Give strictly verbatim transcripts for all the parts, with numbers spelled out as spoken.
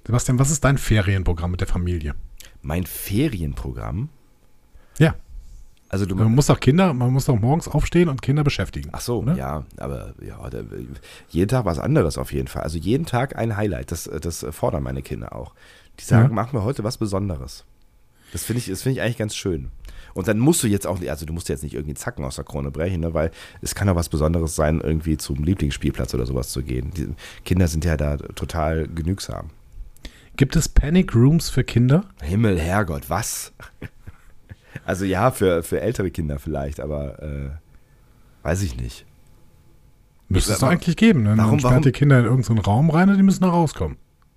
Sebastian, was ist dein Ferienprogramm mit der Familie? Mein Ferienprogramm? Ja. Also du man muss doch Kinder, man muss doch morgens aufstehen und Kinder beschäftigen. Ach so, ne? ja, aber ja, da, jeden Tag was anderes auf jeden Fall. Also jeden Tag ein Highlight, das, das fordern meine Kinder auch. Die sagen, ja. Mach mir heute was Besonderes. Das finde ich, das finde ich eigentlich ganz schön. Und dann musst du jetzt auch nicht, also du musst jetzt nicht irgendwie Zacken aus der Krone brechen, ne, weil es kann auch was Besonderes sein, irgendwie zum Lieblingsspielplatz oder sowas zu gehen. Die Kinder sind ja da total genügsam. Gibt es Panic Rooms für Kinder? Himmel, Herrgott, was? Also ja, für, für ältere Kinder vielleicht, aber äh, weiß ich nicht. Müsste es doch eigentlich geben, ne? Warum, Man sperrt warum? die Kinder in irgendeinen Raum rein und die müssen da rauskommen.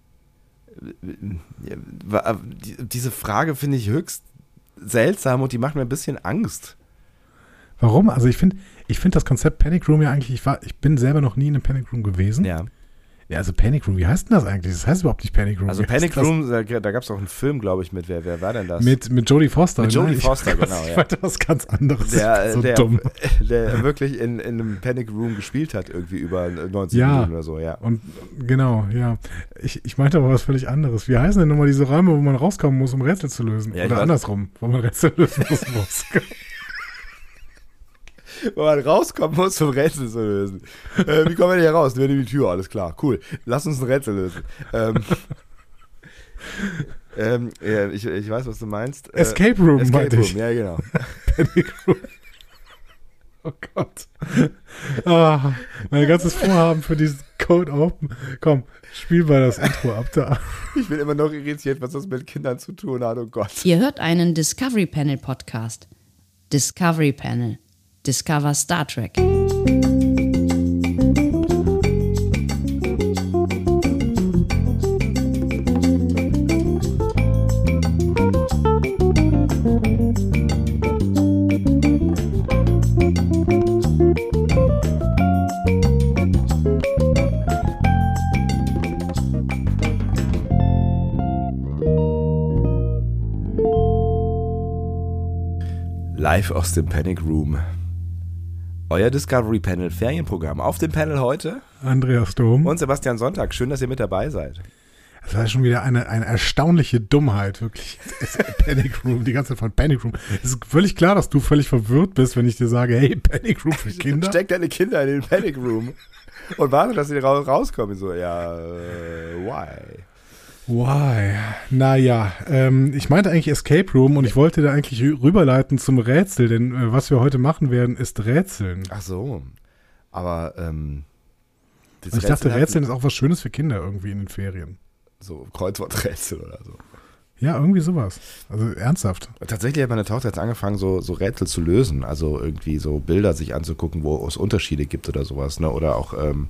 Diese Frage finde ich höchst seltsam und die macht mir ein bisschen Angst. Warum? Also ich finde ich find das Konzept Panic Room ja eigentlich, ich, war, ich bin selber noch nie in einem Panic Room gewesen. Ja. Ja, also Panic Room, wie heißt denn das eigentlich? Das heißt überhaupt nicht Panic Room. Also wie Panic Room, da, da gab es auch einen Film, glaube ich, mit, wer, wer war denn das? Mit, mit Jodie Foster. Mit Jodie ne? Foster, ich, genau. Ich ja. wollte was ganz anderes. Der, so der, dumm. der wirklich in, in einem Panic Room gespielt hat, irgendwie über neunzig ja, Minuten oder so, ja. Und genau, ja. Ich, ich meinte aber was völlig anderes. Wie heißen denn nochmal diese Räume, wo man rauskommen muss, um Rätsel zu lösen? Ja, Oder andersrum, wo man Rätsel lösen muss, um rauskommen. Wo man rauskommen muss, um Rätsel zu lösen. Äh, wie kommen wir denn hier raus? Wir nehmen die Tür, alles klar, cool. Lass uns ein Rätsel lösen. Ähm, ähm, ja, ich, ich weiß, was du meinst. Äh, Escape Room, Escape meinte Room, ich. ja, genau. Panic Room. Oh Gott. Ah, mein ganzes Vorhaben für diesen Code Open. Komm, spiel mal das Intro ab da. Ich bin immer noch irritiert, was das mit Kindern zu tun hat, oh Gott. Ihr hört einen Discovery Panel Podcast. Discovery Panel. Discover Star Trek. Live aus dem Panic Room. Euer Discovery Panel Ferienprogramm. Auf dem Panel heute Andreas Dom und Sebastian Sonntag. Schön, dass ihr mit dabei seid. Das war schon wieder eine, eine erstaunliche Dummheit, wirklich. Panic Room, die ganze Zeit von Panic Room. Es ist völlig klar, dass du völlig verwirrt bist, wenn ich dir sage, hey, Panic Room für Kinder. Steck deine Kinder in den Panic Room und warte, dass sie raus, rauskommen. So, ja, äh, why? Why? Naja, ähm, ich meinte eigentlich Escape Room und ich wollte da eigentlich rüberleiten zum Rätsel, denn äh, was wir heute machen werden, ist Rätseln. Ach so, aber ähm, das und ich dachte, Rätsel Rätseln ist auch was Schönes für Kinder irgendwie in den Ferien. So Kreuzworträtsel oder so. Ja, irgendwie sowas. Also ernsthaft. Tatsächlich hat meine Tochter jetzt angefangen, so, so Rätsel zu lösen. Also irgendwie so Bilder sich anzugucken, wo es Unterschiede gibt oder sowas. Ne? Oder auch ähm,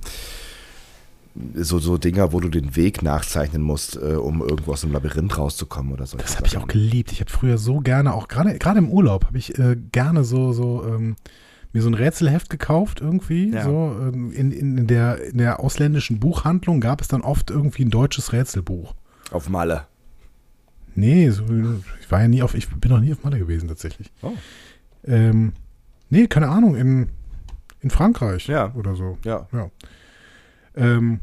so, so Dinger, wo du den Weg nachzeichnen musst, äh, um irgendwo aus dem Labyrinth rauszukommen oder so. Das habe ich auch geliebt. Ich habe früher so gerne, auch gerade gerade im Urlaub, habe ich äh, gerne so, so ähm, mir so ein Rätselheft gekauft irgendwie. Ja. So, ähm, in, in, der, in der ausländischen Buchhandlung gab es dann oft irgendwie ein deutsches Rätselbuch. Auf Malle. Nee, so, ich war ja nie auf, ich bin noch nie auf Malle gewesen tatsächlich. Oh. Ähm, nee, keine Ahnung, in, in Frankreich Ja. oder so. Ja. Ja, ähm,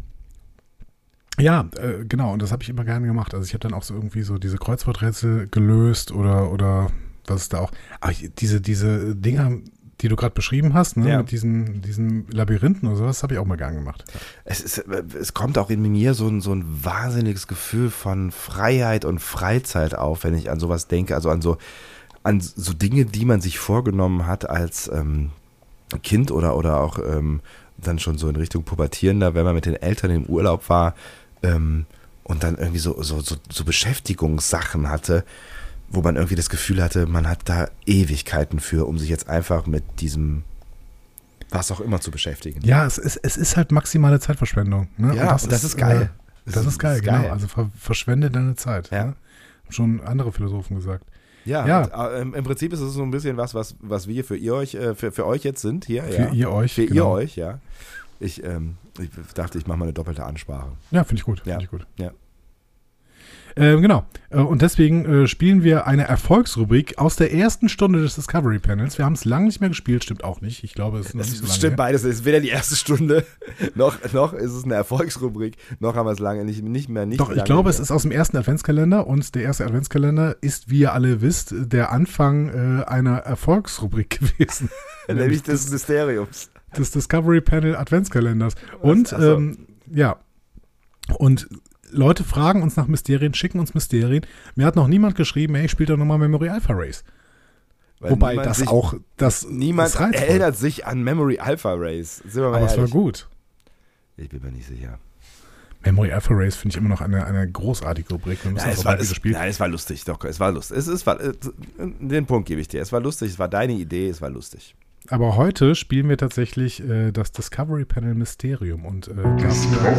ja äh, genau, und das habe ich immer gerne gemacht. Also ich habe dann auch so irgendwie so diese Kreuzworträtsel gelöst oder, oder was ist da auch. Ach, diese, diese Dinger, die du gerade beschrieben hast, ne, Ja. mit diesen, diesen Labyrinthen oder sowas, habe ich auch mal gern gemacht. Es, ist, es kommt auch in mir so ein, so ein wahnsinniges Gefühl von Freiheit und Freizeit auf, wenn ich an sowas denke. Also an so, an so Dinge, die man sich vorgenommen hat als ähm, Kind oder, oder auch ähm, dann schon so in Richtung Pubertierender, wenn man mit den Eltern im Urlaub war ähm, und dann irgendwie so, so, so, so Beschäftigungssachen hatte, wo man irgendwie das Gefühl hatte, man hat da Ewigkeiten für, um sich jetzt einfach mit diesem was auch immer zu beschäftigen. Ja, es ist, es ist halt maximale Zeitverschwendung. Ne? Ja, und das, und das ist, ist geil. Äh, das, das ist geil, ist genau. Geil. Also ver, verschwende deine Zeit. Ja. Ne? Haben schon andere Philosophen gesagt. Ja, ja. Und, äh, im, im Prinzip ist es so ein bisschen was, was, was wir für ihr euch, äh, für, für euch jetzt sind hier. Für ja. ihr euch, Für genau. ihr euch, ja. Ich, ähm, ich dachte, ich mache mal eine doppelte Ansprache. Ja, finde ich gut. Ja. Find ich gut. Ja. Ähm, genau. Äh, und deswegen äh, spielen wir eine Erfolgsrubrik aus der ersten Stunde des Discovery Panels. Wir haben es lange nicht mehr gespielt, stimmt auch nicht. Ich glaube, es ist noch Es nicht so lange stimmt her. beides. Es ist weder die erste Stunde, noch, noch ist es eine Erfolgsrubrik, noch haben wir es lange nicht, nicht mehr. Nicht Doch, ich lange glaube, mehr. es ist aus dem ersten Adventskalender und der erste Adventskalender ist, wie ihr alle wisst, der Anfang äh, einer Erfolgsrubrik gewesen. Nämlich des Mysteriums. Des Discovery Panel Adventskalenders. Und, Ach so. ähm, ja, und Leute fragen uns nach Mysterien, schicken uns Mysterien. Mir hat noch niemand geschrieben, hey, spielt doch nochmal Memory Alpha Race. Weil Wobei niemand das sich, auch, das niemand das reizvoll. erinnert sich an Memory Alpha Race. Sind wir mal Aber es war ehrlich. gut. Ich bin mir nicht sicher. Memory Alpha Race finde ich immer noch eine, eine großartige Rubrik. Wir müssen Ja, das es auch war, weiter es, gespielt. nein, es war lustig. Doch, es war lustig. Es, es war, äh, den Punkt gebe ich dir. Es war lustig, es war deine Idee, es war lustig. Aber heute spielen wir tatsächlich äh, das Discovery Panel Mysterium. Und äh, dafür,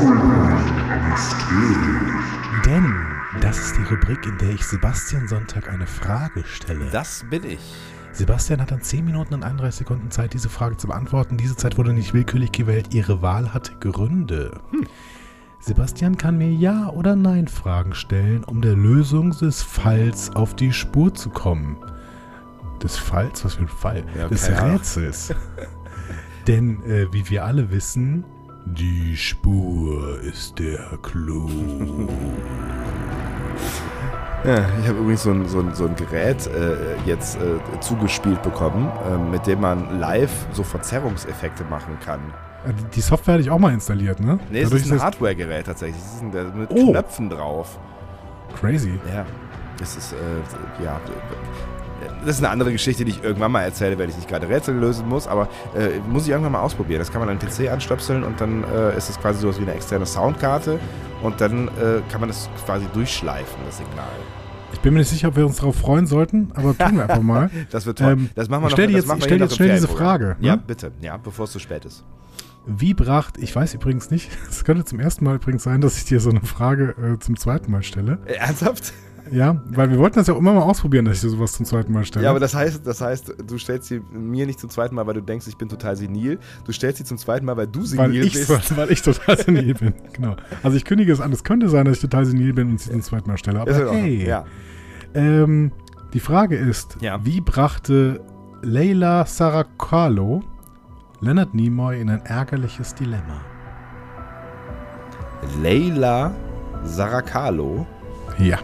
denn das ist die Rubrik, in der ich Sebastian Sonntag eine Frage stelle. Das bin ich. Sebastian hat dann zehn Minuten und einunddreißig Sekunden Zeit, diese Frage zu beantworten. Diese Zeit wurde nicht willkürlich gewählt. Ihre Wahl hatte Gründe. Hm. Sebastian kann mir Ja- oder Nein-Fragen stellen, um der Lösung des Falls auf die Spur zu kommen. Des Falls? Was für ein Fall? Ja, des keine Ahnung. Rätsels. Denn, äh, wie wir alle wissen, die Spur ist der Clou. Ja, ich habe übrigens so ein, so ein, so ein Gerät äh, jetzt äh, zugespielt bekommen, äh, mit dem man live so Verzerrungseffekte machen kann. Äh, Die Software hatte ich auch mal installiert, ne? Nee, es Dadurch ist ein das Hardware-Gerät tatsächlich. Es ist ein, der- mit Oh. Knöpfen drauf. crazy. Ja, das ist, äh, ja, das ist eine andere Geschichte, die ich irgendwann mal erzähle, wenn ich nicht gerade Rätsel lösen muss, aber äh, muss ich irgendwann mal ausprobieren. Das kann man an den P C anstöpseln und dann äh, ist es quasi sowas wie eine externe Soundkarte und dann äh, kann man das quasi durchschleifen, das Signal. Ich bin mir nicht sicher, ob wir uns darauf freuen sollten, aber tun wir einfach mal. Das wird toll. Ähm, das machen wir ich noch. stell dir das jetzt- machen ich wir stell hier jetzt noch schnell im diese Ferienprogramm. Frage, ne? Ja, bitte. Ja, bevor es zu spät ist. Wie bracht, ich weiß übrigens nicht, es könnte zum ersten Mal übrigens sein, dass ich dir so eine Frage äh, zum zweiten Mal stelle. Äh, ernsthaft? Ja, weil wir wollten das ja auch immer mal ausprobieren, dass ich dir sowas zum zweiten Mal stelle. Ja, aber das heißt, das heißt, du stellst sie mir nicht zum zweiten Mal, weil du denkst, ich bin total senil. Du stellst sie zum zweiten Mal, weil du senil weil ich, bist. weil ich total senil bin. Genau. Also ich kündige es an, es könnte sein, dass ich total senil bin und sie zum zweiten Mal stelle. Aber Ist in Ordnung. hey, Ja. ähm, die Frage ist, Ja. wie brachte Leila Saracalo Leonard Nimoy in ein ärgerliches Dilemma? Leila Saracalo. Ja.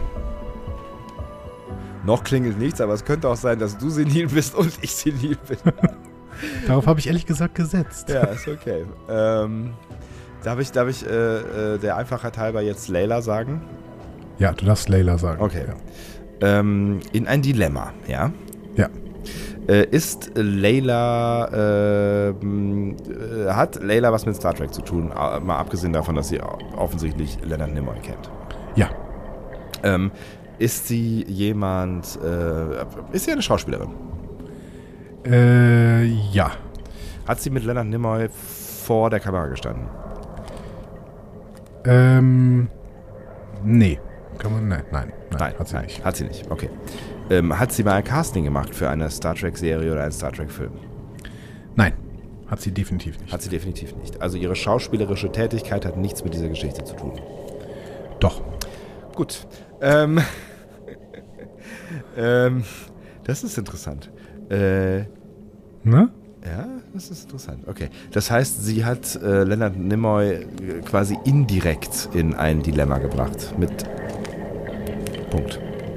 Noch klingelt nichts, aber es könnte auch sein, dass du senil bist und ich senil bin. Darauf habe ich ehrlich gesagt gesetzt. Ja, ist okay. Ähm, darf ich, darf ich äh, äh, der Einfachheit halber jetzt Leila sagen? Ja, du darfst Leila sagen. Okay. Ja. Ähm, in ein Dilemma, ja? Ja. Äh, ist Leila, ähm, äh, hat Leila was mit Star Trek zu tun? Äh, mal abgesehen davon, dass sie offensichtlich Leonard Nimoy kennt. Ja. Ähm, ist sie jemand, äh, ist sie eine Schauspielerin? Äh, ja. Hat sie mit Leonard Nimoy vor der Kamera gestanden? Ähm, nee. Kann man, nein, nein, nein, Nein, hat sie nein, nicht. Hat sie nicht, okay. Ähm, hat sie mal ein Casting gemacht für eine Star Trek-Serie oder einen Star Trek-Film? Nein, hat sie definitiv nicht. Hat sie definitiv nicht. Also ihre schauspielerische Tätigkeit hat nichts mit dieser Geschichte zu tun. Doch. Gut. Ähm, ähm, das ist interessant. Äh, Ne? ja, das ist interessant. Okay. Das heißt, sie hat äh, Leonard Nimoy äh, quasi indirekt in ein Dilemma gebracht. Mit Punkt.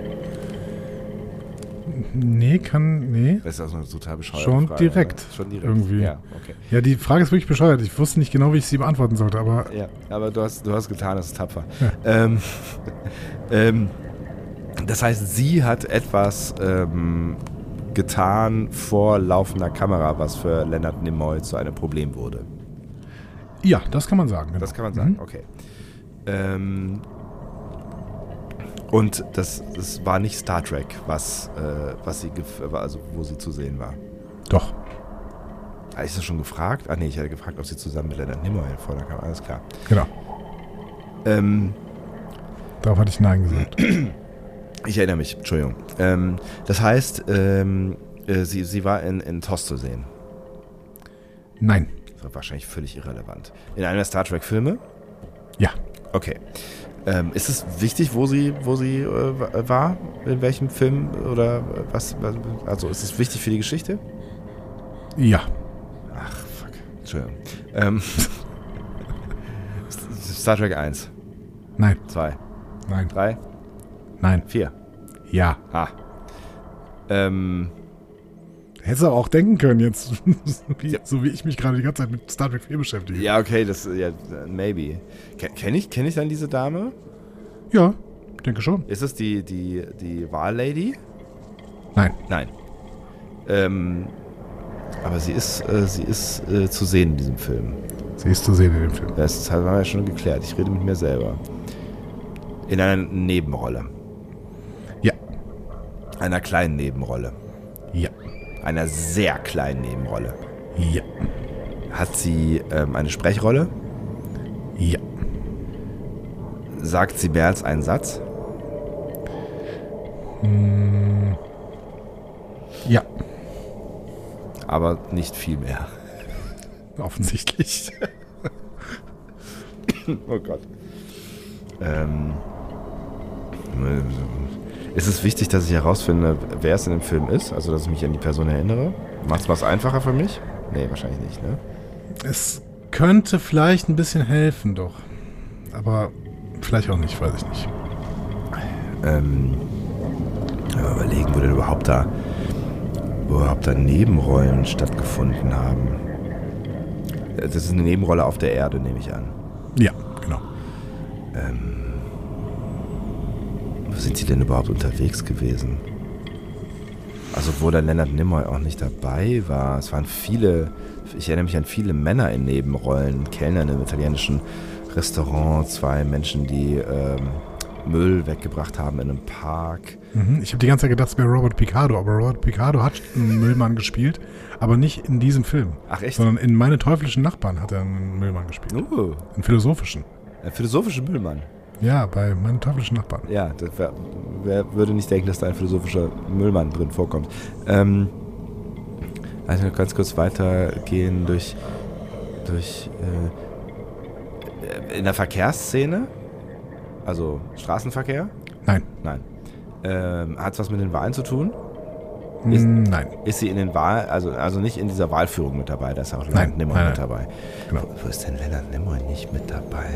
Nee, kann, nee. Das ist also eine total bescheuerte Schon Frage, direkt. Oder? Schon direkt. Irgendwie. Ja, okay. Ja, die Frage ist wirklich bescheuert. Ich wusste nicht genau, wie ich sie beantworten sollte, aber Ja, aber du hast, du hast getan, das ist tapfer. Ja. Ähm, ähm, das heißt, sie hat etwas ähm, getan vor laufender Kamera, was für Leonard Nimoy zu einem Problem wurde. ja, das kann man sagen. Genau. Das kann man sagen, Mhm. okay. Ähm, und das, das war nicht Star Trek, was, äh, was sie gef- also wo sie zu sehen war. Doch. Habe ich das schon gefragt? Ah nee, ich hatte gefragt, ob sie zusammen mit Leonard Nimoy vor der Kamera, alles klar. Genau. Ähm, Darauf hatte ich Nein gesagt. Ich erinnere mich, Entschuldigung. Ähm, das heißt, ähm, äh, sie, sie war in, in T O S zu sehen. Nein. Das war wahrscheinlich völlig irrelevant. In einer Star Trek-Filme? Ja. Okay. Ähm, ist es wichtig, wo sie, wo sie äh, war? In welchem Film? Oder was? Also ist es wichtig für die Geschichte? Ja. Ach, fuck. Entschuldigung. Ähm, Star Trek eins. Nein. zwei. Nein. drei. Nein. vier. Ja. Ah. Ähm. Hättest du auch denken können jetzt, wie, so wie ich mich gerade die ganze Zeit mit Star Trek vier beschäftige. Ja, okay, das, ja, maybe. Kenne ich, kenn ich dann diese Dame? Ja, ich denke schon. Ist es die, die, die Wahllady? Nein. Nein. Ähm, aber sie ist, äh, sie ist äh, zu sehen in diesem Film. Sie ist zu sehen in dem Film. Das haben wir ja schon geklärt. Ich rede mit mir selber. In einer Nebenrolle. Ja. Einer kleinen Nebenrolle. Ja. Einer sehr kleinen Nebenrolle. Ja. Hat sie ähm, eine Sprechrolle? Ja. Sagt sie mehr als einen Satz? Hm. Ja. Aber nicht viel mehr. Offensichtlich. Oh Gott. Ähm, ist es wichtig, dass ich herausfinde, wer es in dem Film ist? Also, dass ich mich an die Person erinnere? Macht es was einfacher für mich? Nee, wahrscheinlich nicht, ne? Es könnte vielleicht ein bisschen helfen, doch. Aber vielleicht auch nicht, weiß ich nicht. Ähm, mal überlegen, wo denn überhaupt da, wo überhaupt da Nebenrollen stattgefunden haben. Das ist eine Nebenrolle auf der Erde, nehme ich an. Ja, genau. Ähm, wo sind sie denn überhaupt unterwegs gewesen? Also wo der Leonard Nimoy auch nicht dabei war. Es waren viele, ich erinnere mich an viele Männer in Nebenrollen. Kellner in einem italienischen Restaurant, zwei Menschen, die ähm, Müll weggebracht haben in einem Park. Mhm, ich habe die ganze Zeit gedacht, es wäre Robert Picardo, aber Robert Picardo hat einen Müllmann gespielt, aber nicht in diesem Film. Ach echt? Sondern in Meine teuflischen Nachbarn hat er einen Müllmann gespielt. Uh, Einen philosophischen. ein philosophischer Müllmann. Ja, bei Meine teuflischen Nachbarn. Ja, das wär, wer würde nicht denken, dass da ein philosophischer Müllmann drin vorkommt. Ähm, also ganz kurz weitergehen durch, durch äh, in der Verkehrsszene, also Straßenverkehr. Nein. Nein. Ähm, hat es was mit den Wahlen zu tun? Ist, Mm, nein. Ist sie in den Wahl, also, also nicht in dieser Wahlführung mit dabei, da ist auch Nein, Leonard Nimoy nein, mit nein. dabei. Genau. Wo, wo ist denn Leonard Nimoy nicht mit dabei?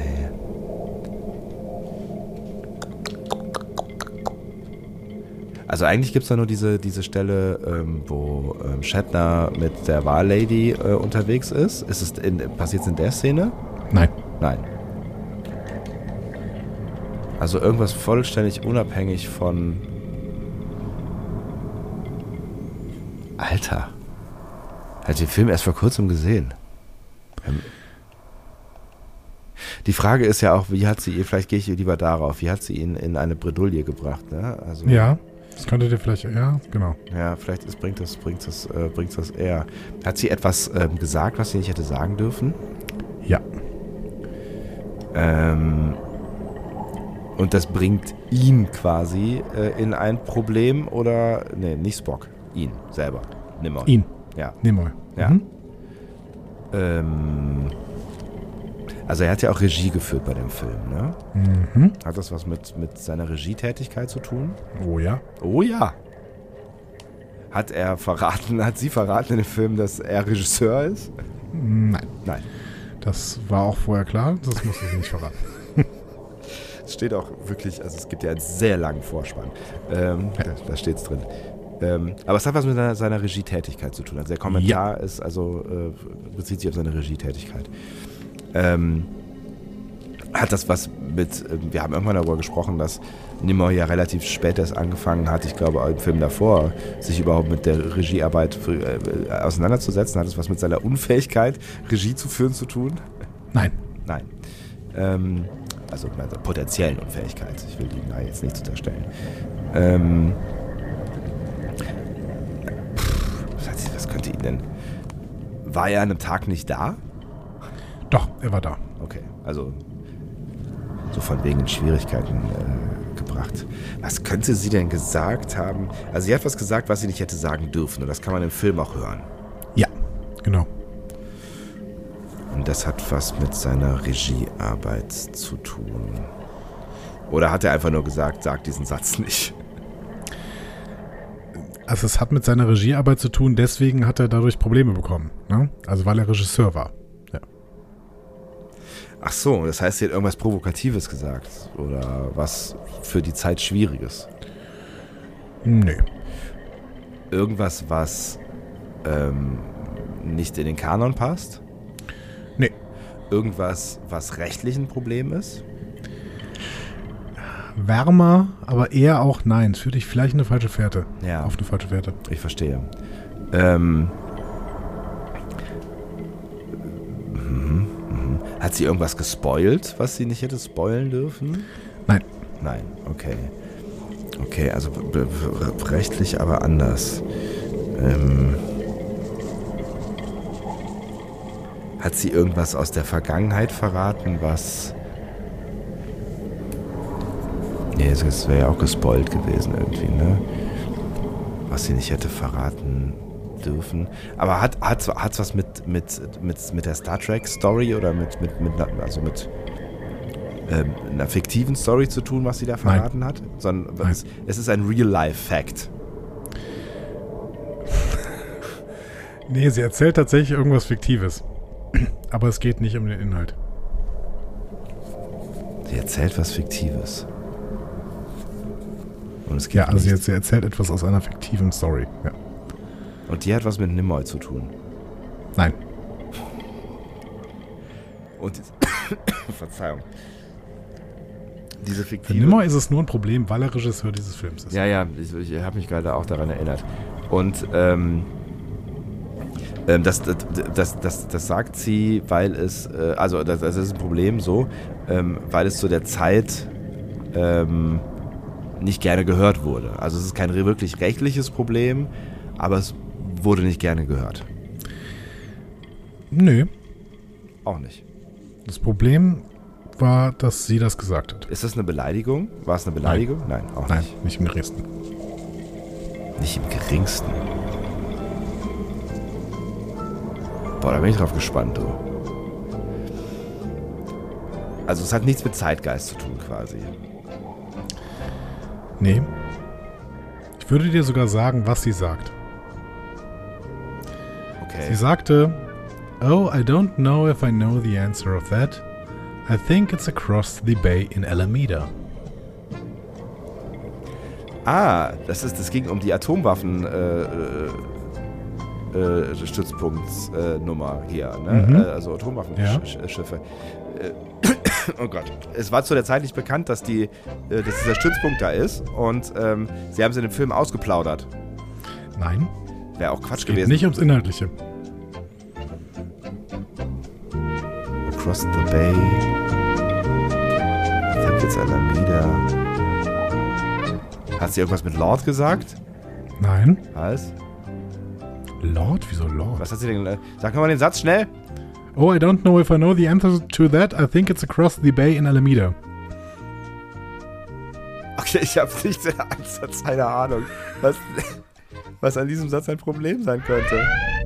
Also eigentlich gibt es da nur diese, diese Stelle, ähm, wo ähm, Shatner mit der Wahllady äh, unterwegs ist. Ist es in, passiert es in der Szene? Nein. Nein. Also irgendwas vollständig unabhängig von... Alter. Hat den Film erst vor kurzem gesehen. Ähm Die Frage ist ja auch, wie hat sie ihn, vielleicht gehe ich lieber darauf, wie hat sie ihn in eine Bredouille gebracht, ne? Also, Ja, das könnte dir vielleicht, ja, genau. Ja, vielleicht ist, bringt das, bringt das, äh, bringt das eher. Hat sie etwas ähm, gesagt, was sie nicht hätte sagen dürfen? Ja. Ähm, und das bringt ihn quasi äh, in ein Problem oder, nee, nicht Spock, ihn selber, Nimoy. Ihn. Ja. Nimoy. Ja. Mhm. Ähm, also er hat ja auch Regie geführt bei dem Film, ne? Mhm. Hat das was mit, mit seiner Regietätigkeit zu tun? Oh ja. Oh ja. Hat er verraten, hat sie verraten in dem Film, dass er Regisseur ist? Nein. Nein. Das war auch vorher klar, das musste ich nicht verraten. Es steht auch wirklich, also es gibt ja einen sehr langen Vorspann. Ähm, Ja. Da, da steht es drin. Ähm, aber es hat was mit seiner, seiner Regietätigkeit zu tun. Also der Kommentar ist also, äh, bezieht sich auf seine Regietätigkeit. Ähm, hat das was mit, äh, wir haben irgendwann darüber gesprochen, dass Nimoy ja relativ spät erst angefangen hat, ich glaube im Film davor, sich überhaupt mit der Regiearbeit für, äh, auseinanderzusetzen. Hat es was mit seiner Unfähigkeit, Regie zu führen, zu tun? Nein. Nein. Ähm, also mit seiner potenziellen Unfähigkeit. Ich will ihm da jetzt nichts unterstellen. Ähm, pff, was, was könnte ihn denn... War er an einem Tag nicht da? Doch, er war da. Okay, also so von wegen Schwierigkeiten äh, gebracht. Was könnte sie denn gesagt haben? Also sie hat was gesagt, was sie nicht hätte sagen dürfen. Und das kann man im Film auch hören. Ja, genau. Und das hat was mit seiner Regiearbeit zu tun. Oder hat er einfach nur gesagt, sag diesen Satz nicht? Also es hat mit seiner Regiearbeit zu tun, deswegen hat er dadurch Probleme bekommen. Ne? Also weil er Regisseur war. Ja. Ach so, das heißt, sie hat irgendwas Provokatives gesagt. Oder was für die Zeit Schwieriges. Nee. Irgendwas, was ähm, nicht in den Kanon passt? Nee. Irgendwas, was rechtlich ein Problem ist? Wärmer, aber eher auch nein. Es führt dich vielleicht eine falsche Fährte. Ja. Auf eine falsche Fährte. Ich verstehe. Ähm. Mhm, mhm. Hat sie irgendwas gespoilt, was sie nicht hätte spoilen dürfen? Nein. Nein, okay. Okay, also b- b- rechtlich aber anders. Ähm. Hat sie irgendwas aus der Vergangenheit verraten, was... Nee, das wäre ja auch gespoilt gewesen irgendwie, ne? Was sie nicht hätte verraten dürfen. Aber hat hat's, hat's was mit, mit, mit, mit der Star Trek Story oder mit, mit, mit also mit ähm, einer fiktiven Story zu tun, was sie da verraten Nein. hat? Sondern Nein. es, es ist ein Real-Life-Fact. Nee, sie erzählt tatsächlich irgendwas Fiktives. Aber es geht nicht um den Inhalt. Sie erzählt was Fiktives. Und es geht Ja, also nicht. sie erzählt etwas aus einer fiktiven Story. Ja. Und die hat was mit Nimoy zu tun. Nein. Und die, Verzeihung. Diese Für fiktive... Nimmer ist es nur ein Problem, weil er Regisseur dieses Films ist. Ja, ja, ich, ich habe mich gerade auch daran erinnert. Und ähm, ähm, das, das, das, das, das sagt sie, weil es, äh, also das, das ist ein Problem so, ähm, weil es zu der Zeit ähm, nicht gerne gehört wurde. Also es ist kein wirklich rechtliches Problem, aber es wurde nicht gerne gehört. Nö. Auch nicht. Das Problem war, dass sie das gesagt hat. Ist das eine Beleidigung? War es eine Beleidigung? Nein, auch Nein, nicht. nicht im geringsten. Nicht im geringsten. Boah, da bin ich drauf gespannt, du. Also es hat nichts mit Zeitgeist zu tun, quasi. Nee. Ich würde dir sogar sagen, was sie sagt. Okay. Sie sagte, "Oh, I don't know if I know the answer of that. I think it's across the bay in Alameda." Ah, das ist, das ging um die Atomwaffen äh, äh, Stützpunktsnummer äh, hier, ne? Mhm. Äh, also Atomwaffenschiffe. Ja. Äh, oh Gott. Es war zu der Zeit nicht bekannt, dass, die, äh, dass dieser Stützpunkt da ist und ähm, sie haben es in dem Film ausgeplaudert. Nein, Wäre auch Quatsch es geht gewesen. nicht ums Inhaltliche. Across the Bay. Ich hab jetzt Alameda. Hat sie irgendwas mit Lord gesagt? Nein. Was? Lord? Wieso Lord? Was hat sie denn? äh, Sag nochmal den Satz schnell. Oh, I don't know if I know the answer to that. I think it's across the bay in Alameda. Okay, ich habe nicht den Ansatz einer Ahnung, was, was an diesem Satz ein Problem sein könnte.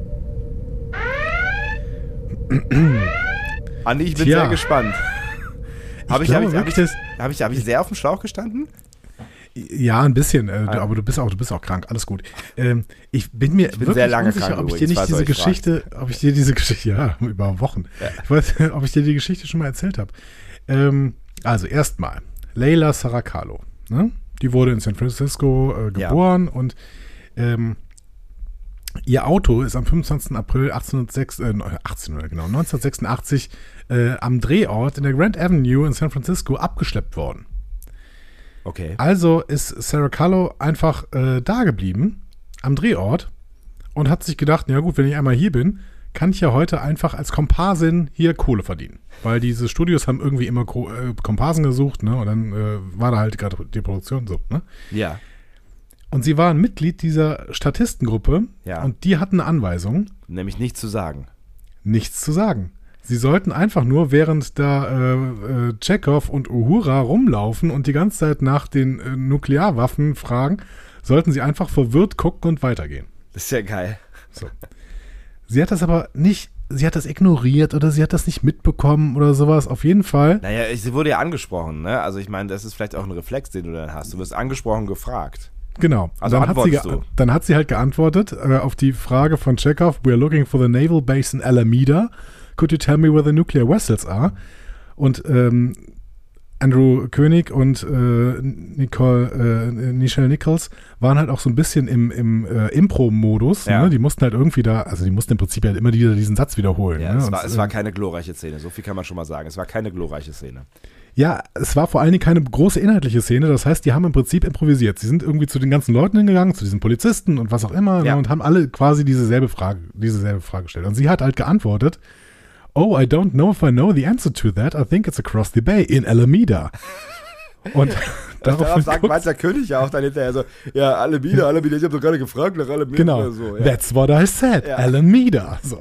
Andi, ich bin Tja. sehr gespannt. Habe ich, glaube hab ich, hab wirklich, ich, dass- hab ich, hab ich sehr auf dem Schlauch gestanden? Ja, ein bisschen, äh, Ah. aber du bist auch, du bist auch krank, alles gut. Ähm, ich bin mir bin wirklich sehr lange unsicher, krank ob ich dir übrigens, nicht falls diese euch Geschichte, ob ich dir diese Geschichte, ja, über Wochen. Ja. Ich weiß, ob ich dir die Geschichte schon mal erzählt habe. Ähm, also erstmal, Leila Saracalo, ne? Die wurde in San Francisco äh, geboren ja. und ähm, ihr Auto ist am fünfundzwanzigsten April achtzehnhundertsechs, äh, achtzehnhundert, genau, neunzehnhundertsechsundachtzig äh, am Drehort in der Grand Avenue in San Francisco abgeschleppt worden. Okay. Also ist Sarah Kahlo einfach äh, da geblieben am Drehort und hat sich gedacht, ja gut, wenn ich einmal hier bin, kann ich ja heute einfach als Komparsin hier Kohle verdienen. Weil diese Studios haben irgendwie immer Ko- äh, Komparsen gesucht, ne? Und dann äh, war da halt gerade die Produktion so, ne? Ja. Und sie war ein Mitglied dieser Statistengruppe Ja. und die hatten eine Anweisung, Nämlich nichts zu sagen. nichts zu sagen. Sie sollten einfach nur, während da äh, äh, Chekhov und Uhura rumlaufen und die ganze Zeit nach den äh, Nuklearwaffen fragen, sollten sie einfach verwirrt gucken und weitergehen. Das ist ja geil. So. Sie hat das aber nicht sie hat das ignoriert oder sie hat das nicht mitbekommen oder sowas. Auf jeden Fall. Naja, sie wurde ja angesprochen, ne? Also ich meine, das ist vielleicht auch ein Reflex, den du dann hast. Du wirst angesprochen, gefragt. Genau. Also dann, hat sie, du. dann hat sie halt geantwortet äh, auf die Frage von Chekhov, "We're looking for the naval base in Alameda. Could you tell me where the nuclear vessels are?" Und ähm, Andrew König und äh, Nicole, äh, Nichelle Nichols waren halt auch so ein bisschen im, im äh, Impro-Modus. Ja. Ne? Die mussten halt irgendwie da, also die mussten im Prinzip halt immer die, diesen Satz wiederholen. Ja, ne? es, war, und, es war keine glorreiche Szene, so viel kann man schon mal sagen. Es war keine glorreiche Szene. Ja, es war vor allen Dingen keine große inhaltliche Szene. Das heißt, die haben im Prinzip improvisiert. Sie sind irgendwie zu den ganzen Leuten hingegangen, zu diesen Polizisten und was auch immer, ja. ne? Und haben alle quasi dieselbe Frage, dieselbe Frage gestellt. Und sie hat halt geantwortet, "Oh, I don't know if I know the answer to that. I think it's across the bay in Alameda." Und darauf sagt Walter König ja auch dann hinterher so, ja, Alameda, Alameda, ich habe doch gerade gefragt nach Alameda. Genau, oder so, ja. That's what I said, ja. Alameda. So.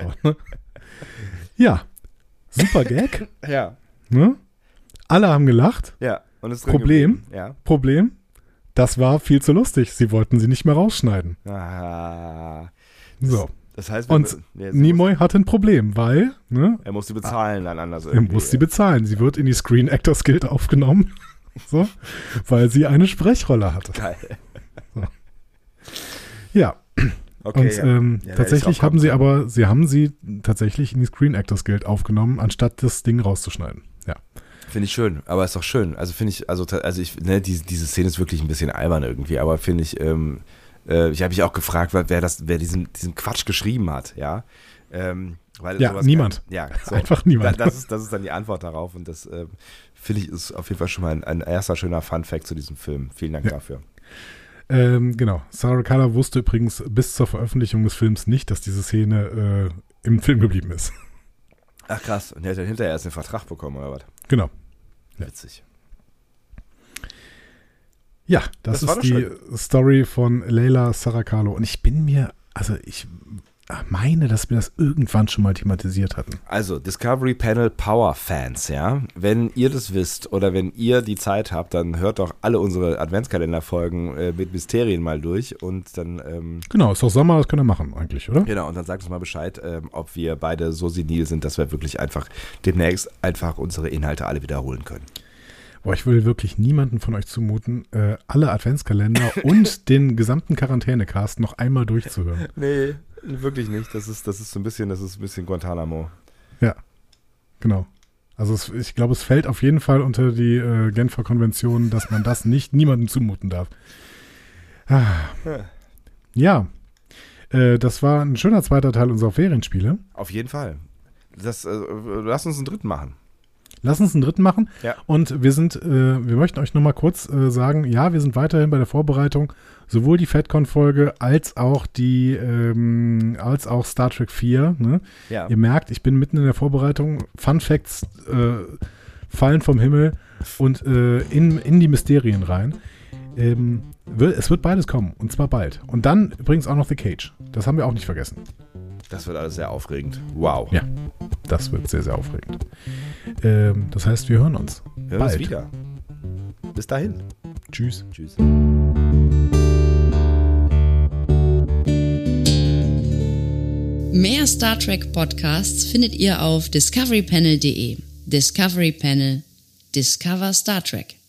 Ja, super Gag. Ja. Ne? Alle haben gelacht. Ja. Und es Problem, ja. Problem, das war viel zu lustig. Sie wollten sie nicht mehr rausschneiden. Ah, so. Das heißt, und wir, ja, Nimoy hatte ein Problem, weil ne, er musste bezahlen dann anders. Er muss sie bezahlen. Sie wird in die Screen Actors Guild aufgenommen, so, weil sie eine Sprechrolle hatte. Geil. So. Ja. Okay, und ja. ähm, Ja, tatsächlich haben sie aber, sie haben sie tatsächlich in die Screen Actors Guild aufgenommen, anstatt das Ding rauszuschneiden. Ja. Finde ich schön, aber ist doch schön. Also finde ich, also, also ich, ne, diese, diese Szene ist wirklich ein bisschen albern irgendwie, aber finde ich, ähm, äh, ich habe mich auch gefragt, wer das, wer diesen, diesen Quatsch geschrieben hat, ja. Ähm, weil ja, niemand. Kann, ja, so. Einfach niemand. Da, das, ist, das ist dann die Antwort darauf und das ähm, finde ich ist auf jeden Fall schon mal ein, ein erster schöner Fun-Fact zu diesem Film. Vielen Dank ja. dafür. Ähm, genau. Sarah Connor wusste übrigens bis zur Veröffentlichung des Films nicht, dass diese Szene äh, im Film geblieben ist. Ach krass, und er hat dann hinterher erst den Vertrag bekommen, oder was? Genau. Ja. Witzig. Ja, das, das ist die schön. Story von Leila Saracalo. Und ich bin mir, also ich meine, dass wir das irgendwann schon mal thematisiert hatten. Also, Discovery Panel Power Fans, ja. Wenn ihr das wisst oder wenn ihr die Zeit habt, dann hört doch alle unsere Adventskalender-Folgen äh, mit Mysterien mal durch und dann ähm, genau, ist doch Sommer, das können wir machen eigentlich, oder? Genau, und dann sagt uns mal Bescheid, ähm, ob wir beide so senil sind, dass wir wirklich einfach demnächst einfach unsere Inhalte alle wiederholen können. Boah, ich will wirklich niemanden von euch zumuten, äh, alle Adventskalender und den gesamten Quarantänecast noch einmal durchzuhören. Nee, wirklich nicht. Das ist, das ist so ein bisschen, das ist ein bisschen Guantanamo. Ja, genau. Also es, ich glaube, es fällt auf jeden Fall unter die äh, Genfer Konvention, dass man das nicht niemandem zumuten darf. Ah. Ja, äh, das war ein schöner zweiter Teil unserer Ferienspiele. Auf jeden Fall. Das, äh, lass uns einen dritten machen. Lass uns einen dritten machen. Ja. Und wir sind, äh, wir möchten euch nochmal kurz äh, sagen, ja, wir sind weiterhin bei der Vorbereitung, sowohl die FatCon-Folge als auch die, ähm, als auch Star Trek vier. Ne? Ja. Ihr merkt, ich bin mitten in der Vorbereitung. Fun Facts äh, fallen vom Himmel und äh, in, in die Mysterien rein. Ähm, wird, es wird beides kommen, und zwar bald. Und dann übrigens auch noch The Cage. Das haben wir auch nicht vergessen. Das wird alles sehr aufregend. Wow. Ja, das wird sehr, sehr aufregend. Ähm, das heißt, wir hören uns. Wir hören bald. uns wieder. Bis dahin. Tschüss. Tschüss. Mehr Star Trek Podcasts findet ihr auf discovery panel punkt de. Discovery Panel. Discover Star Trek.